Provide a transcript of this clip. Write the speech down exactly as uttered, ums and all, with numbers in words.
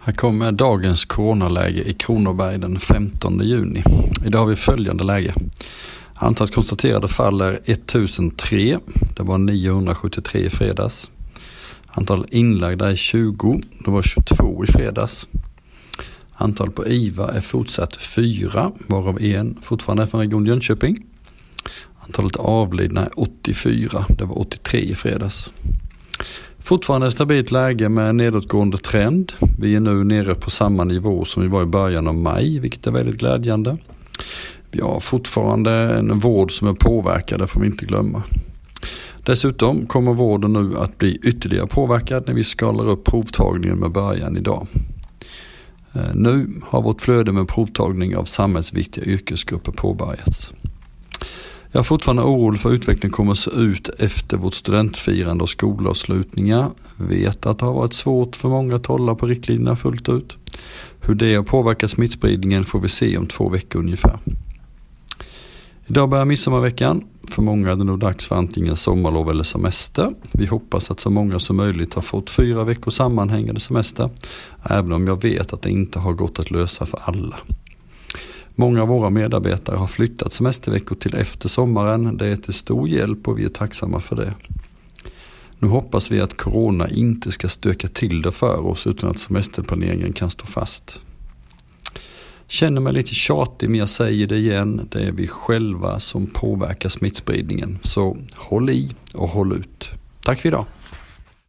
Här kommer dagens coronaläge i Kronoberg den femtonde juni. Idag har vi följande läge. Antalet konstaterade fall är ettusentre. Det var niohundrasjuttiotre i fredags. Antalet inlagda är tjugo. Det var tjugotvå i fredags. Antalet på I V A är fortsatt fyra, varav en fortfarande är från Region Jönköping. Antalet avlidna är åttiofyra. Det var åttiotre i fredags. Fortfarande ett stabilt läge med nedåtgående trend. Vi är nu nere på samma nivå som vi var i början av maj, vilket är väldigt glädjande. Vi har fortfarande en vård som är påverkad, det får vi inte glömma. Dessutom kommer vården nu att bli ytterligare påverkad när vi skalar upp provtagningen med början idag. Nu har vårt flöde med provtagning av samhällsviktiga yrkesgrupper påbörjats. Jag är fortfarande orolig för utvecklingen kommer att se ut efter vårt studentfirande och skolavslutningar. Vet att det har varit svårt för många att hålla på riktlinjerna fullt ut. Hur det har påverkat smittspridningen får vi se om två veckor ungefär. Idag börjar midsommarveckan. För många är det nog dags för antingen sommarlov eller semester. Vi hoppas att så många som möjligt har fått fyra veckors sammanhängande semester. Även om jag vet att det inte har gått att lösa för alla. Många av våra medarbetare har flyttat semesterveckor till efter sommaren. Det är till stor hjälp och vi är tacksamma för det. Nu hoppas vi att corona inte ska stöka till det för oss utan att semesterplaneringen kan stå fast. Känner mig lite tjatig men jag säger det igen. Det är vi själva som påverkar smittspridningen. Så håll i och håll ut. Tack för idag.